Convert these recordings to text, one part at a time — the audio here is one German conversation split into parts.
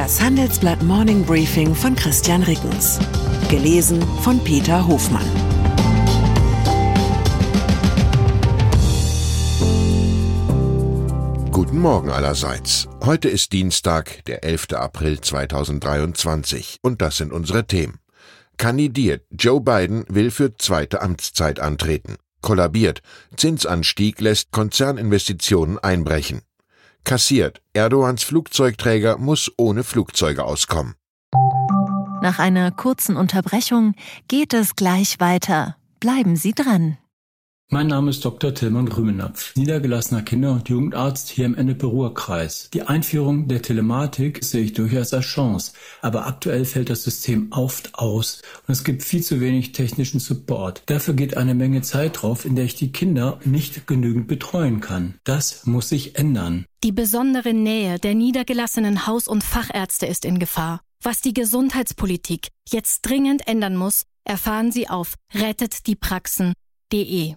Das Handelsblatt Morning Briefing von Christian Rickens. Gelesen von Peter Hofmann. Guten Morgen allerseits. Heute ist Dienstag, der 11. April 2023 und das sind unsere Themen. Kandidiert, Joe Biden will für zweite Amtszeit antreten. Kollabiert, Zinsanstieg lässt Konzerninvestitionen einbrechen. Kassiert, Erdogans Flugzeugträger muss ohne Flugzeuge auskommen. Nach einer kurzen Unterbrechung geht es gleich weiter. Bleiben Sie dran. Mein Name ist Dr. Tilman Rümenapf, niedergelassener Kinder- und Jugendarzt hier im Ennepe-Ruhr-Kreis. Die Einführung der Telematik sehe ich durchaus als Chance, aber aktuell fällt das System oft aus und es gibt viel zu wenig technischen Support. Dafür geht eine Menge Zeit drauf, in der ich die Kinder nicht genügend betreuen kann. Das muss sich ändern. Die besondere Nähe der niedergelassenen Haus- und Fachärzte ist in Gefahr. Was die Gesundheitspolitik jetzt dringend ändern muss, erfahren Sie auf rettetdiepraxen.de.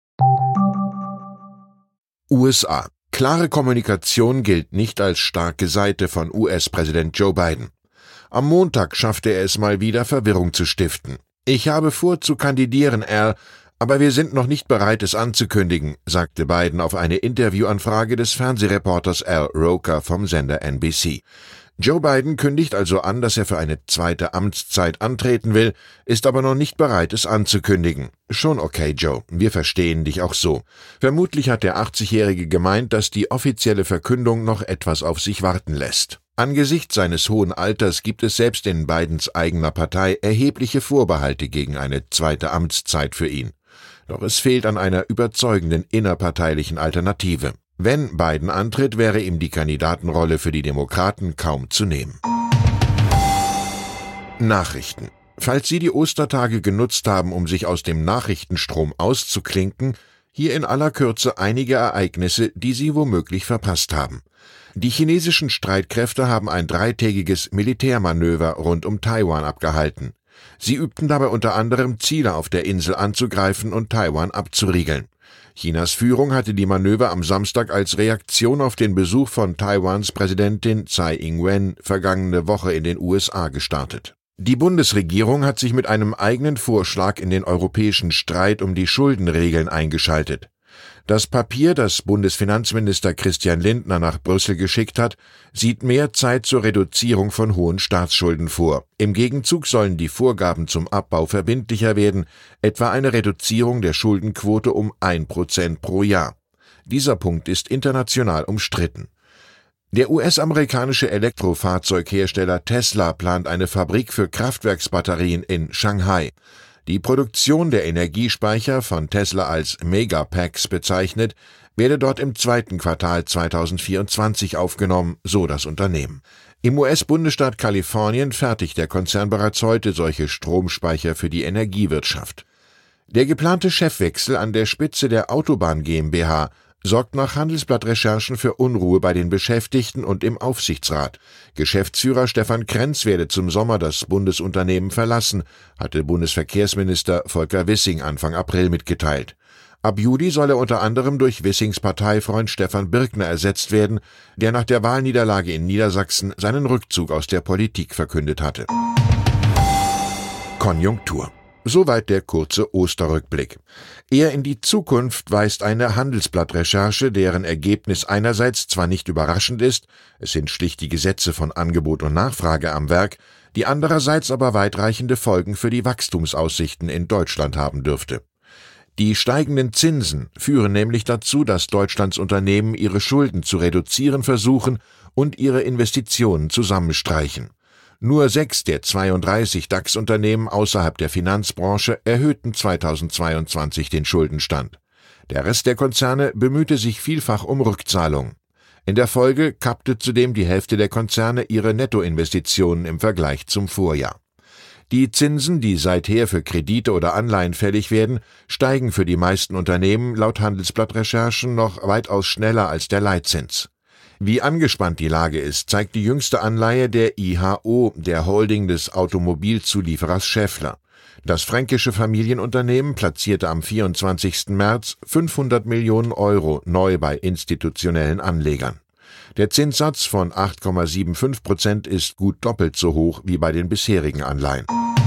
USA. Klare Kommunikation gilt nicht als starke Seite von US-Präsident Joe Biden. Am Montag schaffte er es mal wieder, Verwirrung zu stiften. Ich habe vor zu kandidieren, Al, aber wir sind noch nicht bereit, es anzukündigen, sagte Biden auf eine Interviewanfrage des Fernsehreporters Al Roker vom Sender NBC. Joe Biden kündigt also an, dass er für eine zweite Amtszeit antreten will, ist aber noch nicht bereit, es anzukündigen. Schon okay, Joe, wir verstehen dich auch so. Vermutlich hat der 80-Jährige gemeint, dass die offizielle Verkündung noch etwas auf sich warten lässt. Angesichts seines hohen Alters gibt es selbst in Bidens eigener Partei erhebliche Vorbehalte gegen eine zweite Amtszeit für ihn. Doch es fehlt an einer überzeugenden innerparteilichen Alternative. Wenn Biden antritt, wäre ihm die Kandidatenrolle für die Demokraten kaum zu nehmen. Nachrichten. Falls Sie die Ostertage genutzt haben, um sich aus dem Nachrichtenstrom auszuklinken, hier in aller Kürze einige Ereignisse, die Sie womöglich verpasst haben. Die chinesischen Streitkräfte haben ein 3-tägiges Militärmanöver rund um Taiwan abgehalten. Sie übten dabei unter anderem Ziele auf der Insel anzugreifen und Taiwan abzuriegeln. Chinas Führung hatte die Manöver am Samstag als Reaktion auf den Besuch von Taiwans Präsidentin Tsai Ing-wen vergangene Woche in den USA gestartet. Die Bundesregierung hat sich mit einem eigenen Vorschlag in den europäischen Streit um die Schuldenregeln eingeschaltet. Das Papier, das Bundesfinanzminister Christian Lindner nach Brüssel geschickt hat, sieht mehr Zeit zur Reduzierung von hohen Staatsschulden vor. Im Gegenzug sollen die Vorgaben zum Abbau verbindlicher werden, etwa eine Reduzierung der Schuldenquote um 1% pro Jahr. Dieser Punkt ist international umstritten. Der US-amerikanische Elektrofahrzeughersteller Tesla plant eine Fabrik für Kraftwerksbatterien in Shanghai. Die Produktion der Energiespeicher, von Tesla als Megapacks bezeichnet, werde dort im zweiten Quartal 2024 aufgenommen, so das Unternehmen. Im US-Bundesstaat Kalifornien fertigt der Konzern bereits heute solche Stromspeicher für die Energiewirtschaft. Der geplante Chefwechsel an der Spitze der Autobahn GmbH sorgt nach Handelsblatt-Recherchen für Unruhe bei den Beschäftigten und im Aufsichtsrat. Geschäftsführer Stefan Krenz werde zum Sommer das Bundesunternehmen verlassen, hatte Bundesverkehrsminister Volker Wissing Anfang April mitgeteilt. Ab Juli soll er unter anderem durch Wissings Parteifreund Stefan Birkner ersetzt werden, der nach der Wahlniederlage in Niedersachsen seinen Rückzug aus der Politik verkündet hatte. Konjunktur. Soweit der kurze Osterrückblick. Eher in die Zukunft weist eine Handelsblatt-Recherche, deren Ergebnis einerseits zwar nicht überraschend ist, es sind schlicht die Gesetze von Angebot und Nachfrage am Werk, die andererseits aber weitreichende Folgen für die Wachstumsaussichten in Deutschland haben dürfte. Die steigenden Zinsen führen nämlich dazu, dass Deutschlands Unternehmen ihre Schulden zu reduzieren versuchen und ihre Investitionen zusammenstreichen. Nur 6 der 32 DAX-Unternehmen außerhalb der Finanzbranche erhöhten 2022 den Schuldenstand. Der Rest der Konzerne bemühte sich vielfach um Rückzahlung. In der Folge kappte zudem die Hälfte der Konzerne ihre Nettoinvestitionen im Vergleich zum Vorjahr. Die Zinsen, die seither für Kredite oder Anleihen fällig werden, steigen für die meisten Unternehmen laut Handelsblatt-Recherchen noch weitaus schneller als der Leitzins. Wie angespannt die Lage ist, zeigt die jüngste Anleihe der IHO, der Holding des Automobilzulieferers Schaeffler. Das fränkische Familienunternehmen platzierte am 24. März 500 Millionen Euro neu bei institutionellen Anlegern. Der Zinssatz von 8,75% ist gut doppelt so hoch wie bei den bisherigen Anleihen.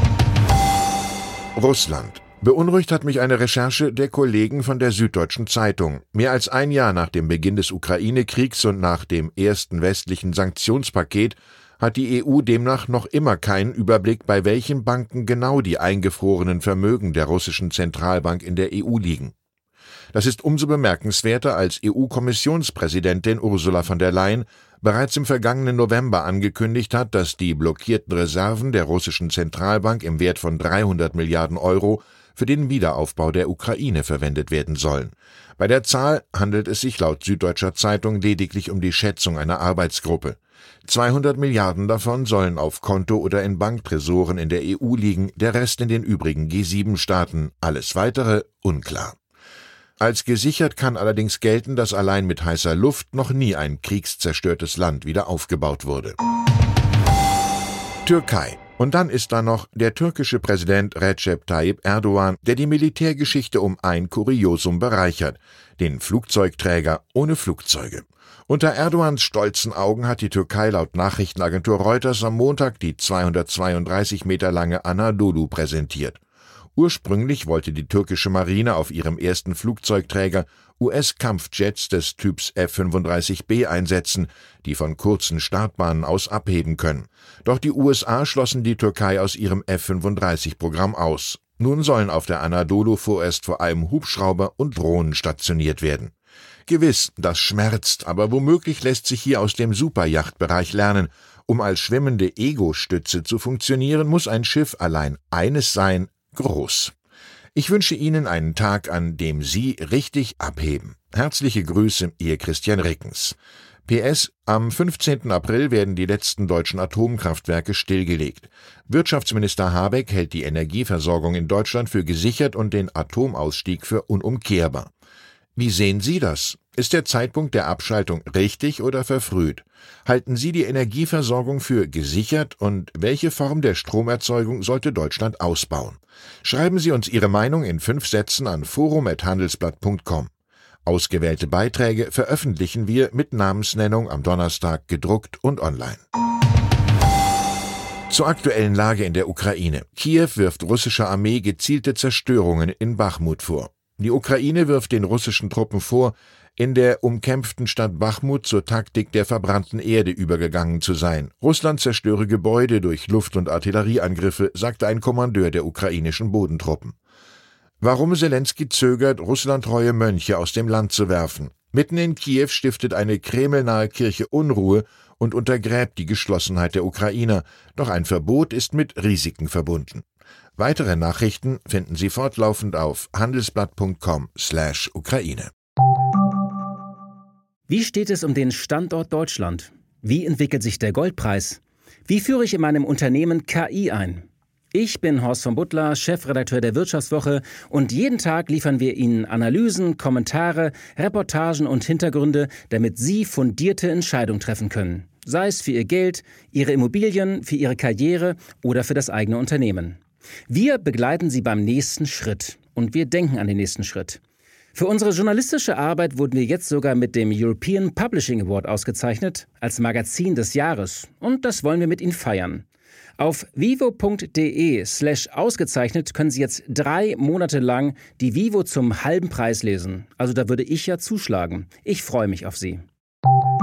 Russland. Beunruhigt hat mich eine Recherche der Kollegen von der Süddeutschen Zeitung. Mehr als ein Jahr nach dem Beginn des Ukraine-Kriegs und nach dem ersten westlichen Sanktionspaket hat die EU demnach noch immer keinen Überblick, bei welchen Banken genau die eingefrorenen Vermögen der russischen Zentralbank in der EU liegen. Das ist umso bemerkenswerter, als EU-Kommissionspräsidentin Ursula von der Leyen bereits im vergangenen November angekündigt hat, dass die blockierten Reserven der russischen Zentralbank im Wert von 300 Milliarden Euro für den Wiederaufbau der Ukraine verwendet werden sollen. Bei der Zahl handelt es sich laut Süddeutscher Zeitung lediglich um die Schätzung einer Arbeitsgruppe. 200 Milliarden davon sollen auf Konto oder in Banktresoren in der EU liegen, der Rest in den übrigen G7-Staaten, alles Weitere unklar. Als gesichert kann allerdings gelten, dass allein mit heißer Luft noch nie ein kriegszerstörtes Land wieder aufgebaut wurde. Türkei. Und dann ist da noch der türkische Präsident Recep Tayyip Erdogan, der die Militärgeschichte um ein Kuriosum bereichert: den Flugzeugträger ohne Flugzeuge. Unter Erdogans stolzen Augen hat die Türkei laut Nachrichtenagentur Reuters am Montag die 232 Meter lange Anadolu präsentiert. Ursprünglich wollte die türkische Marine auf ihrem ersten Flugzeugträger US-Kampfjets des Typs F-35B einsetzen, die von kurzen Startbahnen aus abheben können. Doch die USA schlossen die Türkei aus ihrem F-35-Programm aus. Nun sollen auf der Anadolu vorerst vor allem Hubschrauber und Drohnen stationiert werden. Gewiss, das schmerzt, aber womöglich lässt sich hier aus dem Superjachtbereich lernen. Um als schwimmende Ego-Stütze zu funktionieren, muss ein Schiff allein eines sein: groß. Ich wünsche Ihnen einen Tag, an dem Sie richtig abheben. Herzliche Grüße, Ihr Christian Rickens. PS: Am 15. April werden die letzten deutschen Atomkraftwerke stillgelegt. Wirtschaftsminister Habeck hält die Energieversorgung in Deutschland für gesichert und den Atomausstieg für unumkehrbar. Wie sehen Sie das? Ist der Zeitpunkt der Abschaltung richtig oder verfrüht? Halten Sie die Energieversorgung für gesichert und welche Form der Stromerzeugung sollte Deutschland ausbauen? Schreiben Sie uns Ihre Meinung in 5 Sätzen an forum@handelsblatt.com. Ausgewählte Beiträge veröffentlichen wir mit Namensnennung am Donnerstag gedruckt und online. Zur aktuellen Lage in der Ukraine. Kiew wirft russischer Armee gezielte Zerstörungen in Bachmut vor. Die Ukraine wirft den russischen Truppen vor, in der umkämpften Stadt Bachmut zur Taktik der verbrannten Erde übergegangen zu sein. Russland zerstöre Gebäude durch Luft- und Artillerieangriffe, sagte ein Kommandeur der ukrainischen Bodentruppen. Warum Selenskyj zögert, russlandtreue Mönche aus dem Land zu werfen? Mitten in Kiew stiftet eine kremlnahe Kirche Unruhe und untergräbt die Geschlossenheit der Ukrainer. Doch ein Verbot ist mit Risiken verbunden. Weitere Nachrichten finden Sie fortlaufend auf handelsblatt.com/Ukraine. Wie steht es um den Standort Deutschland? Wie entwickelt sich der Goldpreis? Wie führe ich in meinem Unternehmen KI ein? Ich bin Horst von Butler, Chefredakteur der Wirtschaftswoche, und jeden Tag liefern wir Ihnen Analysen, Kommentare, Reportagen und Hintergründe, damit Sie fundierte Entscheidungen treffen können. Sei es für Ihr Geld, Ihre Immobilien, für Ihre Karriere oder für das eigene Unternehmen. Wir begleiten Sie beim nächsten Schritt und wir denken an den nächsten Schritt. Für unsere journalistische Arbeit wurden wir jetzt sogar mit dem European Publishing Award ausgezeichnet als Magazin des Jahres, und das wollen wir mit Ihnen feiern. Auf vivo.de/ausgezeichnet können Sie jetzt 3 Monate lang die Vivo zum halben Preis lesen. Also da würde ich ja zuschlagen. Ich freue mich auf Sie.